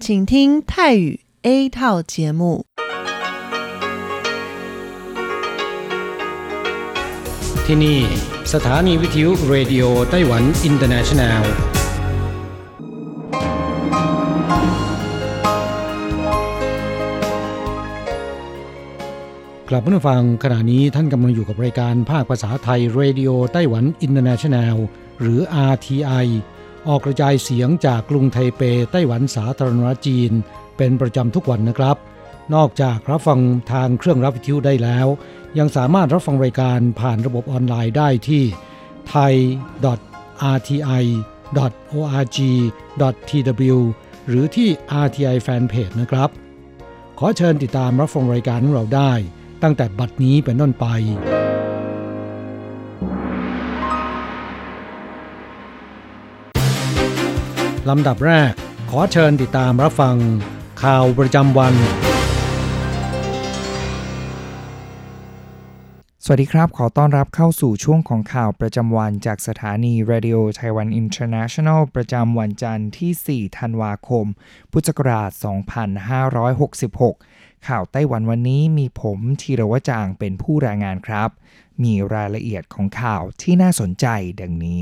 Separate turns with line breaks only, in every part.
请听泰语 A 套节目。
ที่นี่สถานีวิทยุเรดิโอไต้หวันอินเตอร์เนชั่นแนลกลับมาฟังขณะนี้ท่านกำลังอยู่กับรายการภาคภาษาไทยเรดิโอไต้หวันอินเตอร์เนชั่นแนลหรือ RTI ออกกระจายเสียงจากกรุงไทเปไต้หวันสาธารณรัฐจีนเป็นประจำทุกวันนะครับนอกจากรับฟังทางเครื่องรับวิทยุได้แล้วยังสามารถรับฟังรายการผ่านระบบออนไลน์ได้ที่ thai.rti.org.tw หรือที่ RTI Fanpage นะครับขอเชิญติดตามรับฟังรายการของเราได้ตั้งแต่บัดนี้เป็นต้นไปลำดับแรกขอเชิญติดตามรับฟังข่าวประจำวัน
สวัสดีครับขอต้อนรับเข้าสู่ช่วงของข่าวประจำวันจากสถานี Radio Taiwan International ประจำวันจันทร์ที่4ธันวาคมพุทธศักราช2566ข่าวไต้หวันวันนี้มีผมธีรวจางเป็นผู้รายงานครับมีรายละเอียดของข่าวที่น่าสนใจดังนี้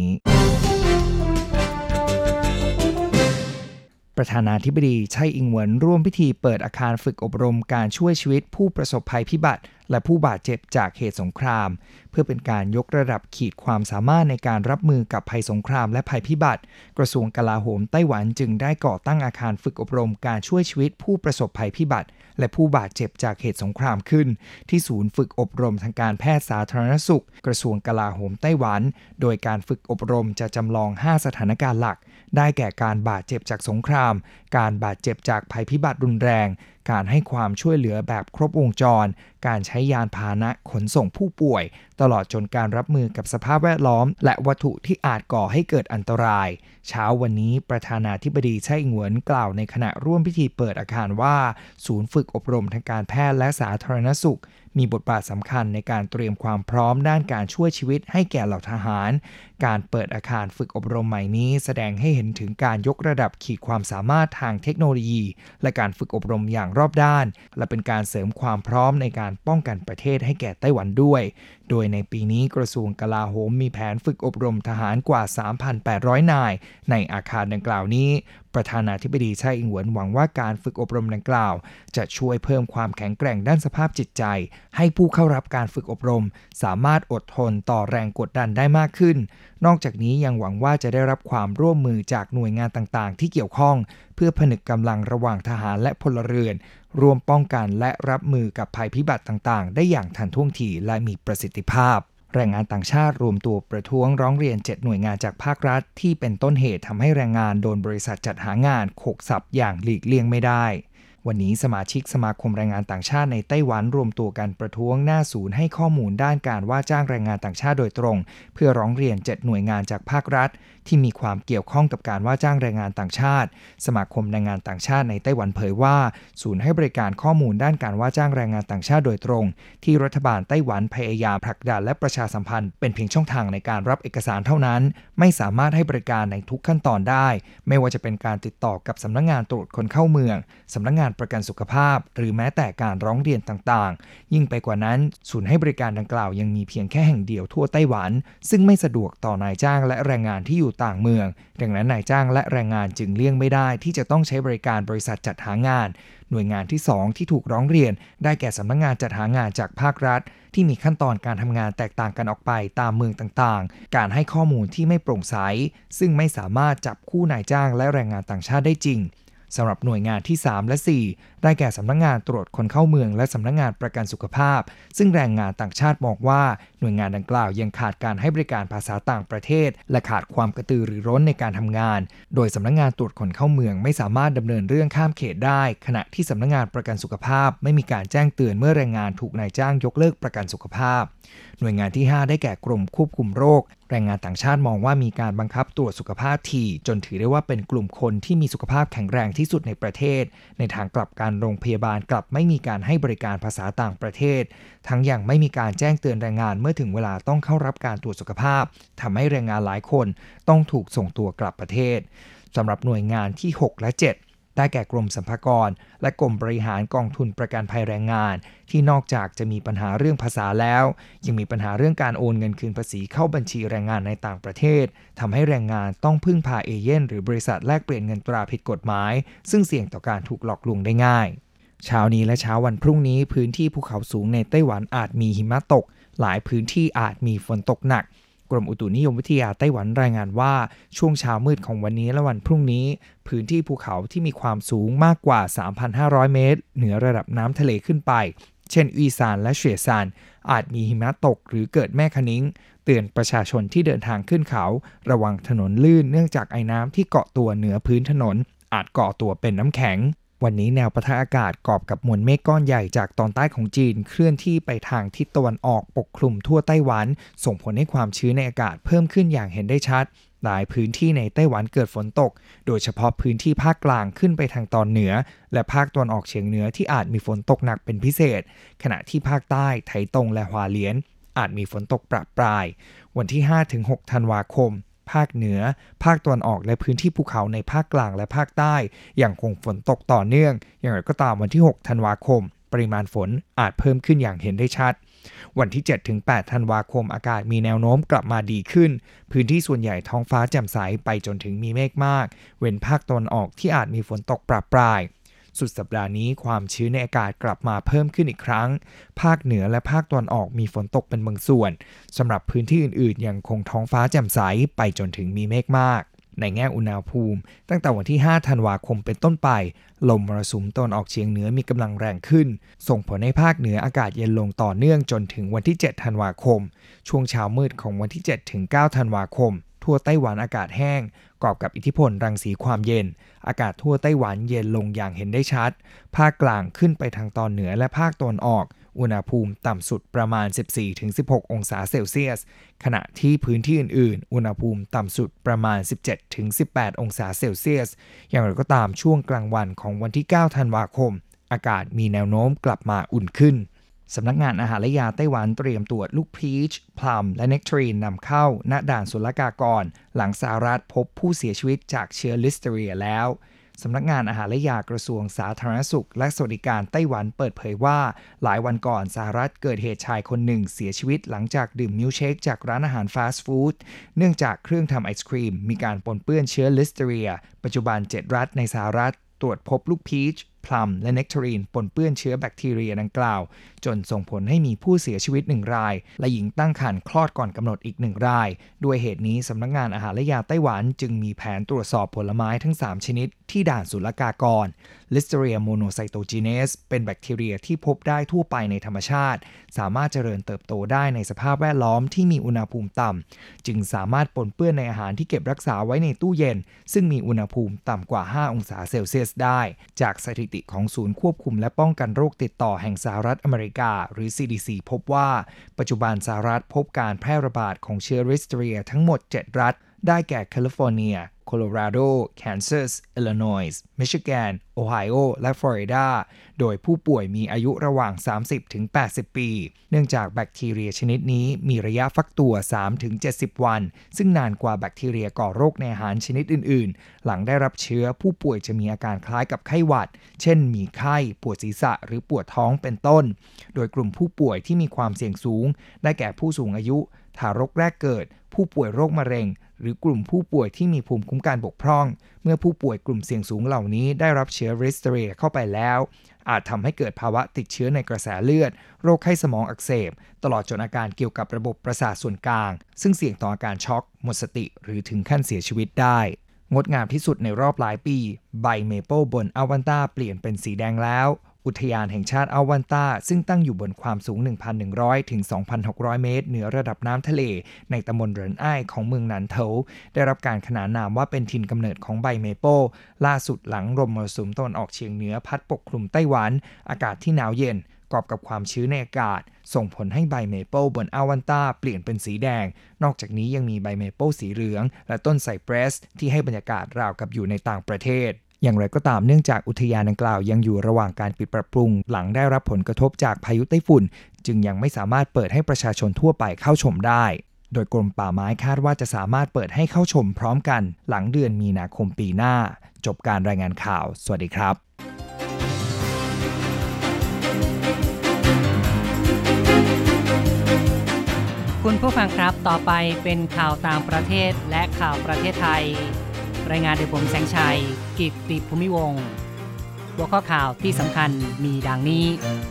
ประธานาธิบดีไช่อิงเหวินร่วมพิธีเปิดอาคารฝึกอบรมการช่วยชีวิตผู้ประสบภัยพิบัติและผู้บาดเจ็บจากเหตุสงครามเพื่อเป็นการยกระดับขีดความสามารถในการรับมือกับภัยสงครามและภัยพิบัติกระทรวงกลาโหมไต้หวันจึงได้ก่อตั้งอาคารฝึกอบรมการช่วยชีวิตผู้ประสบภัยพิบัติและผู้บาดเจ็บจากเหตุสงครามขึ้นที่ศูนย์ฝึกอบรมทางการแพทย์สาธารณสุขกระทรวงกลาโหมไต้หวันโดยการฝึกอบรมจะจำลอง5สถานการณ์หลักได้แก่การบาดเจ็บจากสงครามการบาดเจ็บจากภัยพิบัติรุนแรงการให้ความช่วยเหลือแบบครบวงจรการใช้ยานพาหนะขนส่งผู้ป่วยตลอดจนการรับมือกับสภาพแวดล้อมและวัตถุที่อาจก่อให้เกิดอันตรายเช้าวันนี้ประธานาธิบดีไช่อิงเหวินกล่าวในขณะร่วมพิธีเปิดอาคารว่าศูนย์ฝึกอบรมทางการแพทย์และสาธารณสุขมีบทบาทสำคัญในการเตรียมความพร้อมด้านการช่วยชีวิตให้แก่เหล่าทหารการเปิดอาคารฝึกอบรมใหม่นี้แสดงให้เห็นถึงการยกระดับขีดความสามารถทางเทคโนโลยีและการฝึกอบรมอย่างรอบด้านและเป็นการเสริมความพร้อมในการป้องกันประเทศให้แก่ไต้หวันด้วยโดยในปีนี้กระทรวงกลาโหมมีแผนฝึกอบรมทหารกว่า 3,800 นายในอาคารดังกล่าวนี้ประธานาธิบดีไช่อิงเหวินหวังว่าการฝึกอบรมดังกล่าวจะช่วยเพิ่มความแข็งแกร่งด้านสภาพจิตใจให้ผู้เข้ารับการฝึกอบรมสามารถอดทนต่อแรงกดดันได้มากขึ้นนอกจากนี้ยังหวังว่าจะได้รับความร่วมมือจากหน่วยงานต่างๆที่เกี่ยวข้องเพื่อผนึกกำลังระหว่างทหารและพลเรือนรวมป้องกันและรับมือกับภัยพิบัติต่างๆได้อย่างทันท่วงทีและมีประสิทธิภาพแรงงานต่างชาติรวมตัวประท้วงร้องเรียน7หน่วยงานจากภาครัฐที่เป็นต้นเหตุทำให้แรงงานโดนบริษัทจัดหางานโขกสับอย่างหลีกเลี่ยงไม่ได้วันนี้สมาชิกสมาคมแรงงานต่างชาติในไต้หวันรวมตัวกันประท้วงหน้าศูนย์ให้ข้อมูลด้านการว่าจ้างแรงงานต่างชาติโดยตรงเพื่อร้องเรียน7หน่วยงานจากภาครัฐที่มีความเกี่ยวข้องกับการว่าจ้างแรงงานต่างชาติสมาคมแรงงานต่างชาติในไต้หวันเผยว่าศูนย์ให้บริการข้อมูลด้านการว่าจ้างแรงงานต่างชาติโดยตรงที่รัฐบาลไต้หวันพยายามผลักดันและประชาสัมพันธ์เป็นเพียงช่องทางในการรับเอกสารเท่านั้นไม่สามารถให้บริการในทุกขั้นตอนได้ไม่ว่าจะเป็นการติดต่อกับสำนักงานตรวจคนเข้าเมืองสำนักงานประกันสุขภาพหรือแม้แต่การร้องเรียนต่างๆยิ่งไปกว่านั้นศูนย์ให้บริการดังกล่าวยังมีเพียงแค่แห่งเดียวทั่วไต้หวันซึ่งไม่สะดวกต่อนายจ้างและแรงงานที่อยู่ต่างเมืองดังนั้นนายจ้างและแรงงานจึงเลี่ยงไม่ได้ที่จะต้องใช้บริการบริษัทจัดหางานหน่วยงานที่2ที่ถูกร้องเรียนได้แก่สำนักงานจัดหางานจากภาครัฐที่มีขั้นตอนการทำงานแตกต่างกันออกไปตามเมืองต่างๆการให้ข้อมูลที่ไม่โปร่งใสซึ่งไม่สามารถจับคู่นายจ้างและแรงงานต่างชาติได้จริงสำหรับหน่วยงานที่3และ4ได้แก่สำนักงานตรวจคนเข้าเมืองและสำนักงานประกันสุขภาพซึ่งแรงงานต่างชาติมองว่าหน่วยงานดังกล่าวยังขาดการให้บริการภาษาต่างประเทศและขาดความกระตือรือร้นในการทำงานโดยสำนักงานตรวจคนเข้าเมืองไม่สามารถดำเนินเรื่องข้ามเขตได้ขณะที่สำนักงานประกันสุขภาพไม่มีการแจ้งเตือนเมื่อแรงงานถูกนายจ้างยกเลิกประกันสุขภาพหน่วยงานที่5ได้แก่กรมควบคุมโรคแรงงานต่างชาติมองว่ามีการบังคับตรวจสุขภาพถี่จนถือได้ว่าเป็นกลุ่มคนที่มีสุขภาพแข็งแรงที่สุดในประเทศในทางกลับการโรงพยาบาลกลับไม่มีการให้บริการภาษาต่างประเทศทั้งยังไม่มีการแจ้งเตือนแรงงานเมื่อถึงเวลาต้องเข้ารับการตรวจสุขภาพทำให้แรงงานหลายคนต้องถูกส่งตัวกลับประเทศสำหรับหน่วยงานที่6และ7 ได้แก่กรมสรรพากรและกรมบริหารกองทุนประกันภัยแรงงานที่นอกจากจะมีปัญหาเรื่องภาษาแล้วยังมีปัญหาเรื่องการโอนเงินคืนภาษีเข้าบัญชีแรงงานในต่างประเทศทำให้แรงงานต้องพึ่งพาเอเย่นหรือบริษัทแลกเปลี่ยนเงินตราผิดกฎหมายซึ่งเสี่ยงต่อการถูกหลอกลวงได้ง่ายเช้านี้และเช้าวันพรุ่งนี้พื้นที่ภูเขาสูงในไต้หวันอาจมีหิมะตกหลายพื้นที่อาจมีฝนตกหนักกรมอุตุนิยมวิทยาไต้หวันรายงานว่าช่วงเช้ามืดของวันนี้และวันพรุ่งนี้พื้นที่ภูเขาที่มีความสูงมากกว่า 3,500 เมตรเหนือระดับน้ำทะเลขึ้นไปเช่นอีซานและเฉียซานอาจมีหิมะตกหรือเกิดแม่คะนิ้งเตือนประชาชนที่เดินทางขึ้นเขาระวังถนนลื่นเนื่องจากไอน้ำที่เกาะตัวเหนือพื้นถนนอาจเกาะตัวเป็นน้ำแข็งวันนี้แนวปะทะอากาศกอบกับมวลเมฆก้อนใหญ่จากตอนใต้ของจีนเคลื่อนที่ไปทางทิศตะวันออกปกคลุมทั่วไต้หวันส่งผลให้ความชื้นในอากาศเพิ่มขึ้นอย่างเห็นได้ชัดหลายพื้นที่ในไต้หวันเกิดฝนตกโดยเฉพาะพื้นที่ภาคกลางขึ้นไปทางตอนเหนือและภาคตะวันออกเฉียงเหนือที่อาจมีฝนตกหนักเป็นพิเศษขณะที่ภาคใต้ไถตงและฮวาเลียนอาจมีฝนตกประปรายวันที่ 5-6 ธันวาคมภาคเหนือภาคตะวันออกและพื้นที่ภูเขาในภาคกลางและภาคใต้ยังคงฝนตกต่อเนื่องอย่างไรก็ตามวันที่ 6 ธันวาคมปริมาณฝนอาจเพิ่มขึ้นอย่างเห็นได้ชัดวันที่ 7-8 ธันวาคมอากาศมีแนวโน้มกลับมาดีขึ้นพื้นที่ส่วนใหญ่ท้องฟ้าแจ่มใสไปจนถึงมีเมฆมากเว้นภาคตะวันออกที่อาจมีฝนตกประปรายสุดสัปดาห์นี้ความชื้นในอากาศกลับมาเพิ่มขึ้นอีกครั้งภาคเหนือและภาคตะวันออกมีฝนตกเป็นบางส่วนสำหรับพื้นที่อื่นๆยังคงท้องฟ้าแจ่มใสไปจนถึงมีเมฆมากในแง่อุณหภูมิตั้งแต่วันที่ 5 ธันวาคมเป็นต้นไปลมมรสุมตะวันออกเฉียงเหนือมีกำลังแรงขึ้นส่งผลให้ภาคเหนืออากาศเย็นลงต่อเนื่องจนถึงวันที่ 7 ธันวาคมช่วงเช้ามืดของวันที่ 7-9 ธันวาคมทั่วไต้หวันอากาศแห้งกอบกับอิทธิพลรังสีความเย็นอากาศทั่วไต้หวันเย็นลงอย่างเห็นได้ชัดภาคกลางขึ้นไปทางตอนเหนือและภาคตะวันออกอุณหภูมิต่ำสุดประมาณ 14-16 องศาเซลเซียสขณะที่พื้นที่อื่นๆอุณหภูมิต่ำสุดประมาณ 17-18 องศาเซลเซียสอย่างไรก็ตามช่วงกลางวันของวันที่ 9 ธันวาคมอากาศมีแนวโน้มกลับมาอุ่นขึ้นสำนักงานอาหารและยาไต้หวันเตรียมตรวจลูกพีชพลัมและเนกทรีนนำเข้าณด่านศุลกากรหลังสหรัฐพบผู้เสียชีวิตจากเชื้อลิสเตอเรียแล้วสำนักงานอาหารและยากระทรวงสาธารณสุขและสวัสดิการไต้หวันเปิดเผยว่าหลายวันก่อนสหรัฐเกิดเหตุชายคนหนึ่งเสียชีวิตหลังจากดื่มมิลค์เชคจากร้านอาหารฟาสต์ฟู้ดเนื่องจากเครื่องทำไอศครีมมีการปนเปื้อนเชื้อลิสเตอเรียปัจจุบัน7รัฐในสหรัฐตรวจพบลูกพีชพลัมและเนกทรีนปนเปื้อนเชื้อแบคทีเรียดังกล่าวจนส่งผลให้มีผู้เสียชีวิต1รายและหญิงตั้งครรภ์คลอดก่อนกำหนดอีก1รายด้วยเหตุนี้สำนักงานอาหารและยาไต้หวันจึงมีแผนตรวจสอบผลไม้ทั้ง3ชนิดที่ด่านศุลกากร Listeria monocytogenes เป็นแบคทีเรียที่พบได้ทั่วไปในธรรมชาติสามารถเจริญเติบโตได้ในสภาพแวดล้อมที่มีอุณหภูมิต่ำจึงสามารถปนเปื้อนในอาหารที่เก็บรักษาไว้ในตู้เย็นซึ่งมีอุณหภูมิต่ำกว่า5องศาเซลเซียสได้จากสถิติของศูนย์ควบคุมและป้องกันโรคติดต่อแห่งสหรัฐอเมริกาหรือ CDC พบว่าปัจจุบันสหรัฐพบการแพร่ระบาดของเชื้อลิสเตอเรียทั้งหมด7รัฐได้แก่แคลิฟอร์เนียโคโลราโดแคนซัสอิลลินอยส์มิชิแกนโอไฮโอและฟลอริดาโดยผู้ป่วยมีอายุระหว่าง 30-80 ปีเนื่องจากแบคทีเรียชนิดนี้มีระยะฟักตัว 3-70 วันซึ่งนานกว่าแบคทีเรียก่อโรคในอาหารชนิดอื่นๆหลังได้รับเชื้อผู้ป่วยจะมีอาการคล้ายกับไข้หวัดเช่นมีไข้ปวดศีรษะหรือปวดท้องเป็นต้นโดยกลุ่มผู้ป่วยที่มีความเสี่ยงสูงได้แก่ผู้สูงอายุทารกแรกเกิดผู้ป่วยโรคมะเร็งหรือกลุ่มผู้ป่วยที่มีภูมิคุ้มกันบกพร่องเมื่อผู้ป่วยกลุ่มเสี่ยงสูงเหล่านี้ได้รับเชื้อลิสเตอเรียเข้าไปแล้วอาจทำให้เกิดภาวะติดเชื้อในกระแสเลือดโรคไข้สมองอักเสบตลอดจนอาการเกี่ยวกับระบบประสาทส่วนกลางซึ่งเสี่ยงต่ออาการช็อกหมดสติหรือถึงขั้นเสียชีวิตได้งดงามที่สุดในรอบหลายปีใบเมเปิลบนอัลวันตาเปลี่ยนเป็นสีแดงแล้วอุทยานแห่งชาติอัลวันตาซึ่งตั้งอยู่บนความสูง 1,100 ถึง 2,600 เมตรเหนือระดับน้ำทะเลในตำบลเหรินอ้ายของเมืองหนานเถาได้รับการขนานนามว่าเป็นถิ่นกำเนิดของใบเมเปิลล่าสุดหลังลมมรสุมตะวันออกเฉียงเหนือพัดปกคลุมไต้หวันอากาศที่หนาวเย็นกอบกับความชื้นในอากาศส่งผลให้ใบเมเปิลบนอัลวันตาเปลี่ยนเป็นสีแดงนอกจากนี้ยังมีใบเมเปิลสีเหลืองและต้นไซเปรสที่ให้บรรยากาศราวกับอยู่ในต่างประเทศอย่างไรก็ตามเนื่องจากอุทยานดังกล่าวยังอยู่ระหว่างการปิดปรับปรุงหลังได้รับผลกระทบจากพายุไต้ฝุ่นจึงยังไม่สามารถเปิดให้ประชาชนทั่วไปเข้าชมได้โดยกรมป่าไม้คาดว่าจะสามารถเปิดให้เข้าชมพร้อมกันหลังเดือนมีนาคมปีหน้าจบการรายงานข่าวสวัสดีครับ
คุณผู้ฟังครับต่อไปเป็นข่าวต่างประเทศและข่าวประเทศไทยรายงานโดยผมแสงชัยกิตติภูมิวงศ์หัวข้อข่าวที่สำคัญมีดังนี้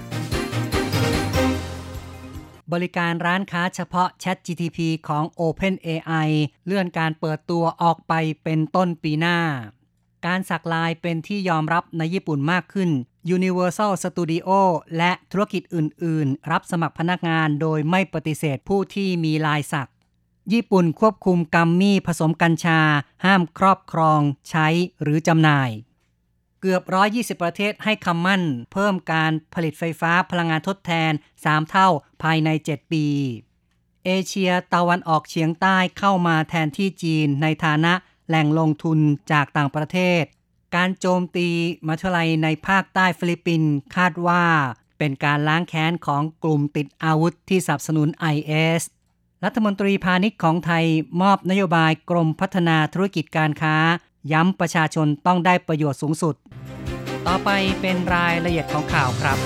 บริการร้านค้าเฉพาะ ChatGPT ของ OpenAI เลื่อนการเปิดตัวออกไปเป็นต้นปีหน้าการสักลายเป็นที่ยอมรับในญี่ปุ่นมากขึ้น Universal Studio และธุรกิจอื่นๆรับสมัครพนักงานโดยไม่ปฏิเสธผู้ที่มีลายสักญี่ปุ่นควบคุมกัมมี่ผสมกัญชาห้ามครอบครองใช้หรือจำหน่ายเกือบ120ประเทศให้คำมั่นเพิ่มการผลิตไฟฟ้าพลังงานทดแทน3เท่าภายใน7ปีเอเชียตะวันออกเฉียงใต้เข้ามาแทนที่จีนในฐานะแหล่งลงทุนจากต่างประเทศการโจมตีมหาวิทยาลัยในภาคใต้ฟิลิปปินส์คาดว่าเป็นการล้างแค้นของกลุ่มติดอาวุธที่สนับสนุน IS รัฐมนตรีพาณิชย์ของไทยมอบนโยบายกรมพัฒนาธุรกิจการค้าย้ำประชาชนต้องได้ประโยชน์สูงสุดต่อไปเป็นรายละเอียดของข่าวครับ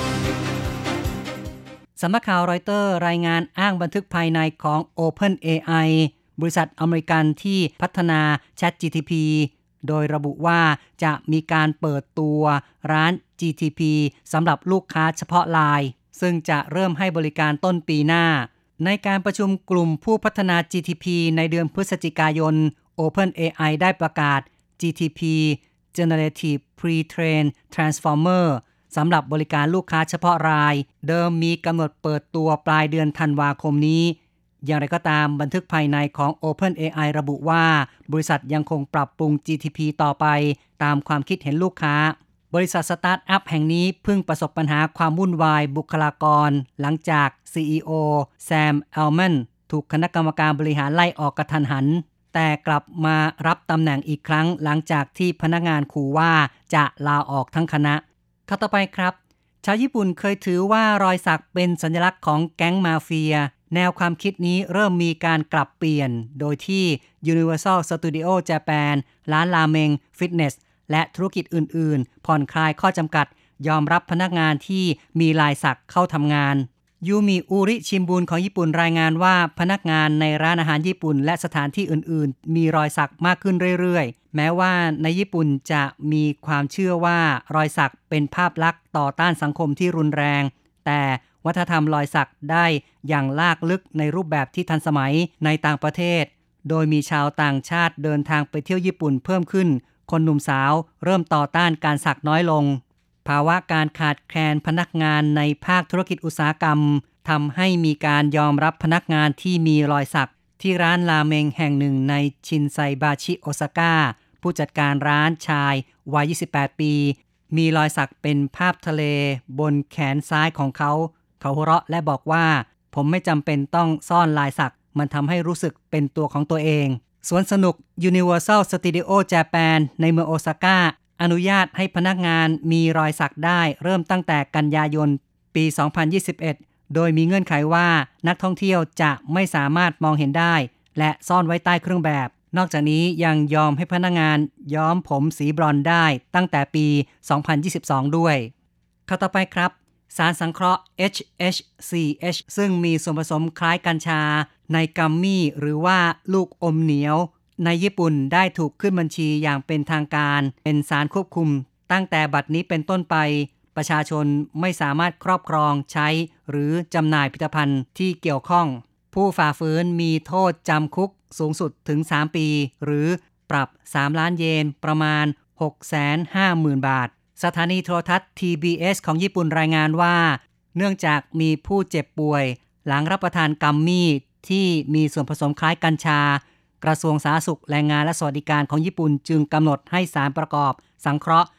สำนักข่าวรอยเตอร์รายงานอ้างบันทึกภายในของ OpenAI บริษัทอเมริกันที่พัฒนา ChatGPT โดยระบุว่าจะมีการเปิดตัวร้าน GTP สำหรับลูกค้าเฉพาะรายซึ่งจะเริ่มให้บริการต้นปีหน้าในการประชุมกลุ่มผู้พัฒนา GTP ในเดือนพฤศจิกายน OpenAI ได้ประกาศ GTP Generative Pre-trained Transformer สำหรับบริการลูกค้าเฉพาะรายเดิมมีกำหนดเปิดตัวปลายเดือนธันวาคมนี้อย่างไรก็ตามบันทึกภายในของ OpenAI ระบุว่าบริษัทยังคงปรับปรุง GTP ต่อไปตามความคิดเห็นลูกค้าบริษัทสตาร์ทอัพแห่งนี้เพิ่งประสบปัญหาความวุ่นวายบุคลากรหลังจาก CEO แซม อัลแมนถูกคณะกรรมการบริหารไล่ออกกระทันหันแต่กลับมารับตำแหน่งอีกครั้งหลังจากที่พนักงานขู่ว่าจะลาออกทั้งคณะข้อต่อไปครับชาวญี่ปุ่นเคยถือว่ารอยสักเป็นสัญลักษณ์ของแก๊งมาเฟียแนวความคิดนี้เริ่มมีการกลับเปลี่ยนโดยที่ Universal Studio Japan ร้านราเมงฟิตเนสและธุรกิจอื่นๆผ่อนคลายข้อจำกัดยอมรับพนักงานที่มีลายสักเข้าทำงานยูมิอุริชิมบุนของญี่ปุ่นรายงานว่าพนักงานในร้านอาหารญี่ปุ่นและสถานที่อื่นๆมีรอยสักมากขึ้นเรื่อยๆแม้ว่าในญี่ปุ่นจะมีความเชื่อว่ารอยสักเป็นภาพลักษณ์ต่อต้านสังคมที่รุนแรงแต่วัฒนธรรมรอยสักได้อย่างลากลึกในรูปแบบที่ทันสมัยในต่างประเทศโดยมีชาวต่างชาติเดินทางไปเที่ยวญี่ปุ่นเพิ่มขึ้นคนหนุ่มสาวเริ่มต่อต้านการสักน้อยลงภาวะการขาดแคลนพนักงานในภาคธุรกิจอุตสาหกรรมทำให้มีการยอมรับพนักงานที่มีรอยสักที่ร้านราเมงแห่งหนึ่งในชินไซบาชิโอซาก้าผู้จัดการร้านชายวัย28ปีมีรอยสักเป็นภาพทะเลบนแขนซ้ายของเขาหัวเราะและบอกว่าผมไม่จำเป็นต้องซ่อนลายสักมันทำให้รู้สึกเป็นตัวของตัวเองสวนสนุก Universal Studio Japan ในเมืองโอซาก้าอนุญาตให้พนักงานมีรอยสักได้เริ่มตั้งแต่กันยายนปี 2021 โดยมีเงื่อนไขว่านักท่องเที่ยวจะไม่สามารถมองเห็นได้และซ่อนไว้ใต้เครื่องแบบนอกจากนี้ยังยอมให้พนักงานย้อมผมสีบรอนซ์ได้ตั้งแต่ปี 2022 ด้วยข้อต่อไปครับสารสังเคราะห์ HHCH ซึ่งมีส่วนผสมคล้ายกัญชาในกัมมี่หรือว่าลูกอมเหนียวในญี่ปุ่นได้ถูกขึ้นบัญชีอย่างเป็นทางการเป็นสารควบคุมตั้งแต่บัดนี้เป็นต้นไปประชาชนไม่สามารถครอบครองใช้หรือจำหน่ายผลิตภัณฑ์ที่เกี่ยวข้องผู้ฝ่าฝืนมีโทษจำคุกสูงสุดถึง3ปีหรือปรับ3ล้านเยนประมาณ 650,000 บาทสถานีโทรทัศน์ TBS ของญี่ปุ่นรายงานว่าเนื่องจากมีผู้เจ็บป่วยหลังรับประทานกัมมี่ที่มีส่วนผสมคล้ายกัญชากระทรวงสาธารณสุขแรงงานและสวัสดิการของญี่ปุ่นจึงกำหนดให้สารประกอบสังเคราะห์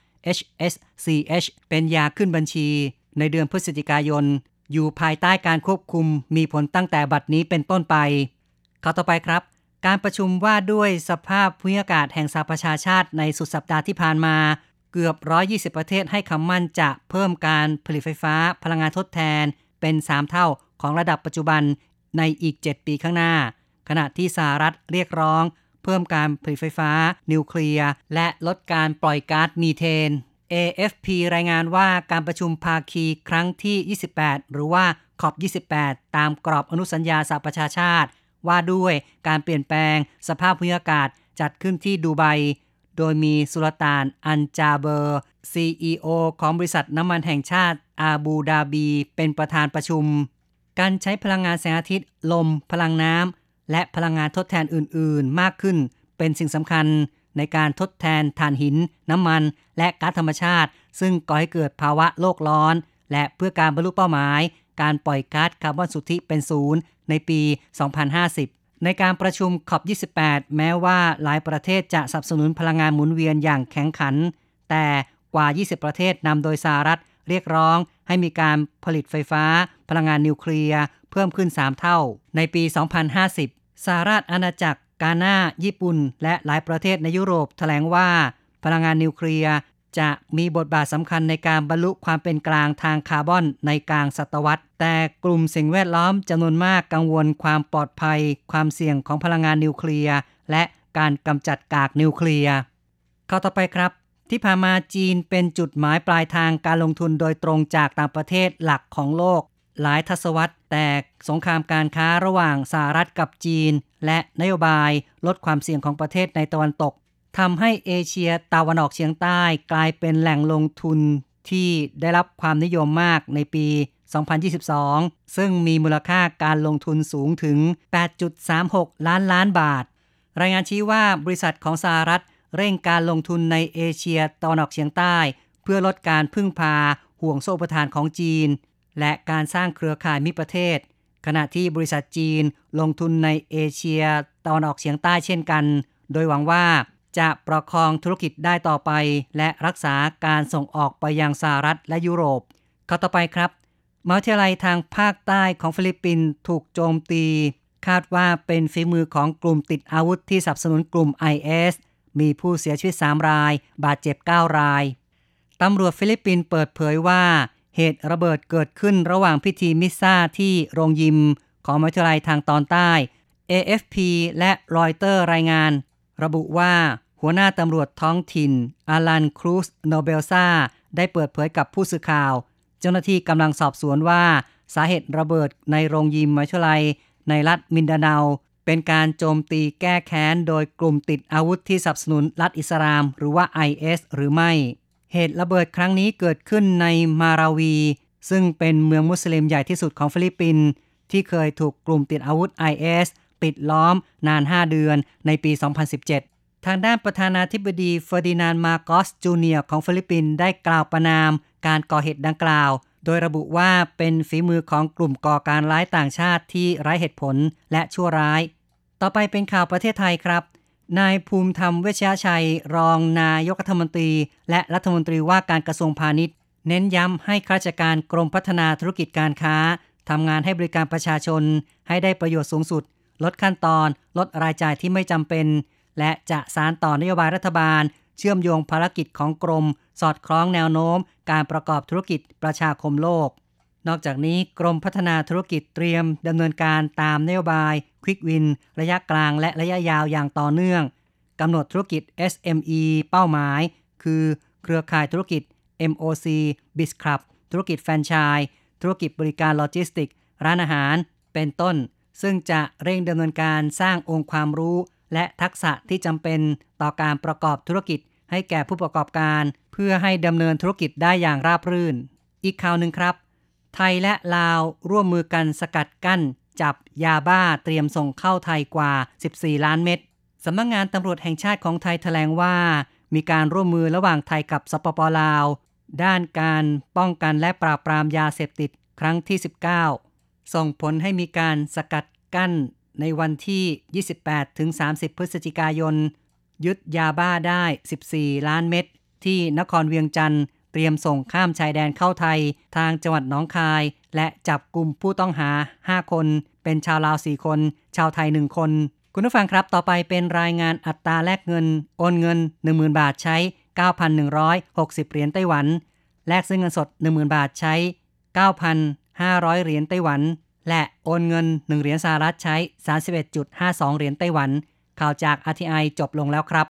HSCH เป็นยาขึ้นบัญชีในเดือนพฤศจิกายนอยู่ภายใต้การควบคุมมีผลตั้งแต่บัดนี้เป็นต้นไปข้อต่อไปครับการประชุมว่าด้วยสภาพภูมิอากาศแห่งสหประชาชาติในสุดสัปดาห์ที่ผ่านมาเกือบ120ประเทศให้คำมั่นจะเพิ่มการผลิตไฟฟ้าพลังงานทดแทนเป็น3เท่าของระดับปัจจุบันในอีก7ปีข้างหน้าขณะที่สหรัฐเรียกร้องเพิ่มการผลิตไฟฟ้านิวเคลียร์และลดการปล่อยก๊าซมีเทน AFP รายงานว่าการประชุมภาคีครั้งที่ 28 หรือว่า COP28 ตามกรอบอนุสัญญาสหประชาชาติว่าด้วยการเปลี่ยนแปลงสภาพภูมิอากาศจัดขึ้นที่ดูไบโดยมีสุลต่านอันจาเบอร์ CEO ของบริษัทน้ำมันแห่งชาติอาบูดาบีเป็นประธานประชุมการใช้พลังงานแสงอาทิตย์ลมพลังน้ำและพลังงานทดแทนอื่นๆมากขึ้นเป็นสิ่งสำคัญในการทดแทนถ่านหินน้ำมันและก๊าซธรรมชาติซึ่งก่อให้เกิดภาวะโลกร้อนและเพื่อการบรรลุเป้าหมายการปล่อยก๊าซคาร์บอนสุทธิเป็นศูนย์ในปี 2050 ในการประชุม COP28 แม้ว่าหลายประเทศจะสนับสนุนพลังงานหมุนเวียนอย่างแข็งขันแต่กว่า 20 ประเทศนำโดยสหรัฐเรียกร้องให้มีการผลิตไฟฟ้าพลังงานนิวเคลียร์เพิ่มขึ้น 3 เท่าในปี 2050 สหราชอาณาจักรกานาญี่ปุ่นและหลายประเทศในยุโรปแถลงว่าพลังงานนิวเคลียร์จะมีบทบาทสำคัญในการบรรลุความเป็นกลางทางคาร์บอนในกลางศตวรรษแต่กลุ่มสิ่งแวดล้อมจำนวนมากกังวลความปลอดภัยความเสี่ยงของพลังงานนิวเคลียร์และการกำจัดกากนิวเคลียร์ข้อต่อไปครับที่ผ่านมาจีนเป็นจุดหมายปลายทางการลงทุนโดยตรงจากต่างประเทศหลักของโลกหลายทศวรรษแต่สงครามการค้าระหว่างสหรัฐกับจีนและนโยบายลดความเสี่ยงของประเทศในตะวันตกทำให้เอเชียตะวันออกเฉียงใต้กลายเป็นแหล่งลงทุนที่ได้รับความนิยมมากในปี 2022 ซึ่งมีมูลค่าการลงทุนสูงถึง 8.36 ล้านบาทรายงานชี้ว่าบริษัทของสหรัฐเร่งการลงทุนในเอเชียตะวันออกเฉียงใต้เพื่อลดการพึ่งพาห่วงโซ่อุปทานของจีนและการสร้างเครือข่ายมิตรประเทศขณะที่บริษัทจีนลงทุนในเอเชียตะวันออกเฉียงใต้เช่นกันโดยหวังว่าจะประคองธุรกิจได้ต่อไปและรักษาการส่งออกไปยังสหรัฐและยุโรปข้อต่อไปครับมหาวิทยาลัยทางภาคใต้ของฟิลิปปินส์ถูกโจมตีคาดว่าเป็นฝีมือของกลุ่มติดอาวุธที่สนับสนุนกลุ่ม IS มีผู้เสียชีวิต3รายบาดเจ็บ9รายตำรวจฟิลิปปินส์เปิดเผยว่าเหตุระเบิดเกิดขึ้นระหว่างพิธีมิสซาที่โรงยิมของมหาวิทยาลัยทางตอนใต้ AFP และรอยเตอร์รายงานระบุว่าหัวหน้าตำรวจท้องถิ่นอาลันครูซโนเบลซาได้เปิดเผยกับผู้สื่อข่าวเจ้าหน้าที่กำลังสอบสวนว่าสาเหตุระเบิดในโรงยิมมหาวิทยาลัยในรัฐมินดาเนาเป็นการโจมตีแก้แค้นโดยกลุ่มติดอาวุธที่สนับสนุนรัฐอิสลามหรือว่า IS หรือไม่เหตุระเบิดครั้งนี้เกิดขึ้นในมาราวีซึ่งเป็นเมืองมุสลิมใหญ่ที่สุดของฟิลิปปินส์ที่เคยถูกกลุ่มติดอาวุธ IS ปิดล้อมนาน5เดือนในปี 2017 ทางด้านประธานาธิบดีเฟอร์ดินานด์มาโกสจูเนียร์ของฟิลิปปินส์ได้กล่าวประณามการก่อเหตุดังกล่าวโดยระบุว่าเป็นฝีมือของกลุ่มก่อการร้ายต่างชาติที่ไร้เหตุผลและชั่วร้ายต่อไปเป็นข่าวประเทศไทยครับนายภูมิธรรมเวชยชัยรองนายกรัฐมนตรีและรัฐมนตรีว่าการกระทรวงพาณิชย์เน้นย้ำให้ข้าราชการกรมพัฒนาธุรกิจการค้าทำงานให้บริการประชาชนให้ได้ประโยชน์สูงสุดลดขั้นตอนลดรายจ่ายที่ไม่จำเป็นและจะสานต่อนโยบายรัฐบาลเชื่อมโยงภารกิจของกรมสอดคล้องแนวโน้มการประกอบธุรกิจประชาคมโลกนอกจากนี้กรมพัฒนาธุรกิจเตรียมดำเนินการตามนโยบาย Quick Win ระยะกลางและระยะยาวอย่างต่อเนื่องกำหนดธุรกิจ SME เป้าหมายคือเครือข่ายธุรกิจ MOC Biz Club ธุรกิจแฟรนไชส์ธุรกิจบริการโลจิสติกส์ร้านอาหารเป็นต้นซึ่งจะเร่งดำเนินการสร้างองค์ความรู้และทักษะที่จำเป็นต่อการประกอบธุรกิจให้แก่ผู้ประกอบการเพื่อให้ดำเนินธุรกิจได้อย่างราบรื่นอีกข่าวหนึ่งครับไทยและลาวร่วมมือกันสกัดกั้นจับยาบ้าเตรียมส่งเข้าไทยกว่า14ล้านเม็ดสำนักงานตำรวจแห่งชาติของไทยแถลงว่ามีการร่วมมือระหว่างไทยกับสปป.ลาวด้านการป้องกันและปราบปรามยาเสพติดครั้งที่19ส่งผลให้มีการสกัดกั้นในวันที่ 28-30 พฤศจิกายนยึดยาบ้าได้14ล้านเม็ดที่นครเวียงจันทร์เตรียมส่งข้ามชายแดนเข้าไทยทางจังหวัดหนองคายและจับกลุ่มผู้ต้องหา5คนเป็นชาวลาว4คนชาวไทย1คนคุณผู้ฟังครับต่อไปเป็นรายงานอัตราแลกเงินโอนเงิน 10,000 บาทใช้ 9,160 เหรียญไต้หวันแลกซื้อเงินสด 10,000 บาทใช้ 9,500 เหรียญไต้หวันและโอนเงิน1เหรียญสหรัฐใช้ 31.52 เหรียญไต้หวันข่าวจาก RTI จบลงแล้วครับ